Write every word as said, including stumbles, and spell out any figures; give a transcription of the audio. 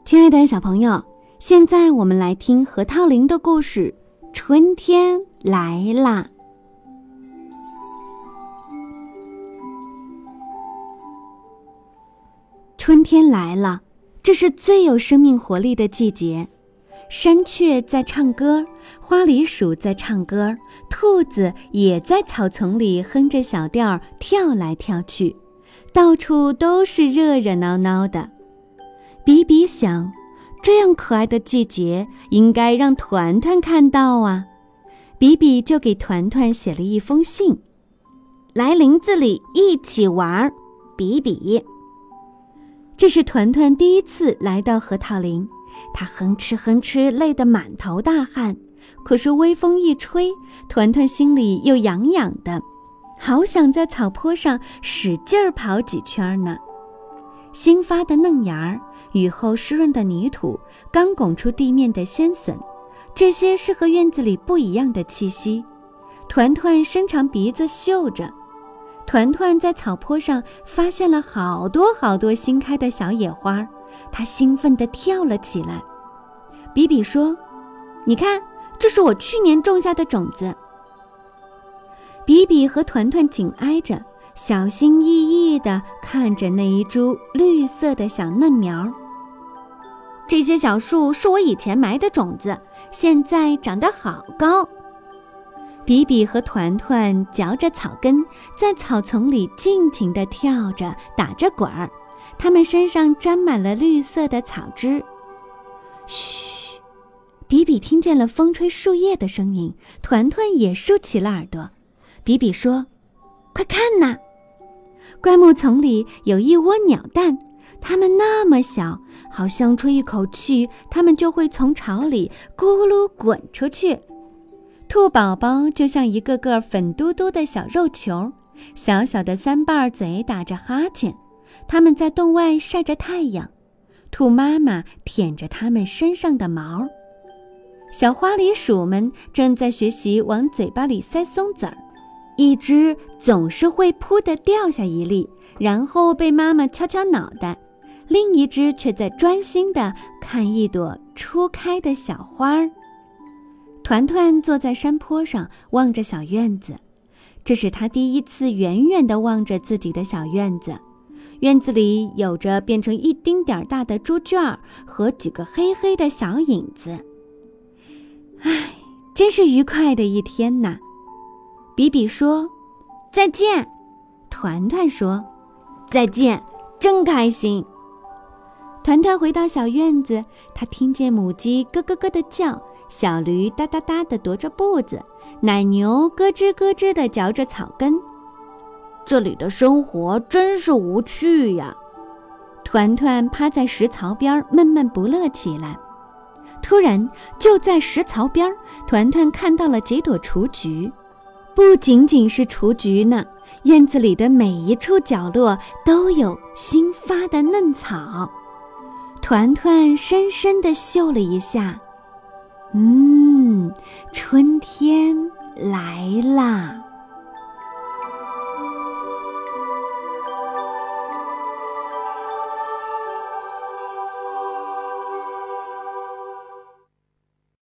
亲爱的小朋友，现在我们来听核桃林的故事，春天来啦。春天来了，这是最有生命活力的季节。山雀在唱歌，花梨鼠在唱歌，兔子也在草丛里哼着小调跳来跳去，到处都是热热闹闹的。比比想，这样可爱的季节应该让团团看到啊。比比就给团团写了一封信，来林子里一起玩，比比。这是团团第一次来到核桃林，他哼哧哼哧累得满头大汗，可是微风一吹，团团心里又痒痒的，好想在草坡上使劲儿跑几圈呢。新发的嫩芽儿，雨后湿润的泥土，刚拱出地面的鲜笋，这些是和院子里不一样的气息。团团伸长鼻子嗅着，团团在草坡上发现了好多好多新开的小野花，他兴奋地跳了起来。比比说，你看，这是我去年种下的种子。比比和团团紧挨着，小心翼翼地看着那一株绿色的小嫩苗。这些小树是我以前埋的种子，现在长得好高。比比和团团嚼着草根，在草丛里尽情地跳着，打着滚儿，它们身上沾满了绿色的草汁。嘘，比比听见了风吹树叶的声音，团团也竖起了耳朵。比比说，快看呐，灌木丛里有一窝鸟蛋，它们那么小，好像吹一口气，它们就会从巢里咕噜滚出去。兔宝宝就像一个个粉嘟嘟的小肉球，小小的三瓣嘴打着哈欠，它们在洞外晒着太阳。兔妈妈舔着它们身上的毛。小花梨鼠们正在学习往嘴巴里塞松子儿，一只总是会扑地掉下一粒，然后被妈妈敲敲脑袋，另一只却在专心地看一朵初开的小花儿。团团坐在山坡上望着小院子，这是他第一次远远地望着自己的小院子。院子里有着变成一丁点儿大的猪圈儿和几个黑黑的小影子。唉，真是愉快的一天呐。比比说，再见。团团说，再见，真开心。团团回到小院子，他听见母鸡咯咯咯地叫，小驴哒哒哒地踱着步子，奶牛咯吱咯吱地嚼着草根。这里的生活真是无趣呀！团团趴在石槽边闷闷不乐起来。突然，就在石槽边，团团看到了几朵雏菊。不仅仅是雏菊呢，院子里的每一处角落都有新发的嫩草。团团深深地嗅了一下，嗯，春天来啦。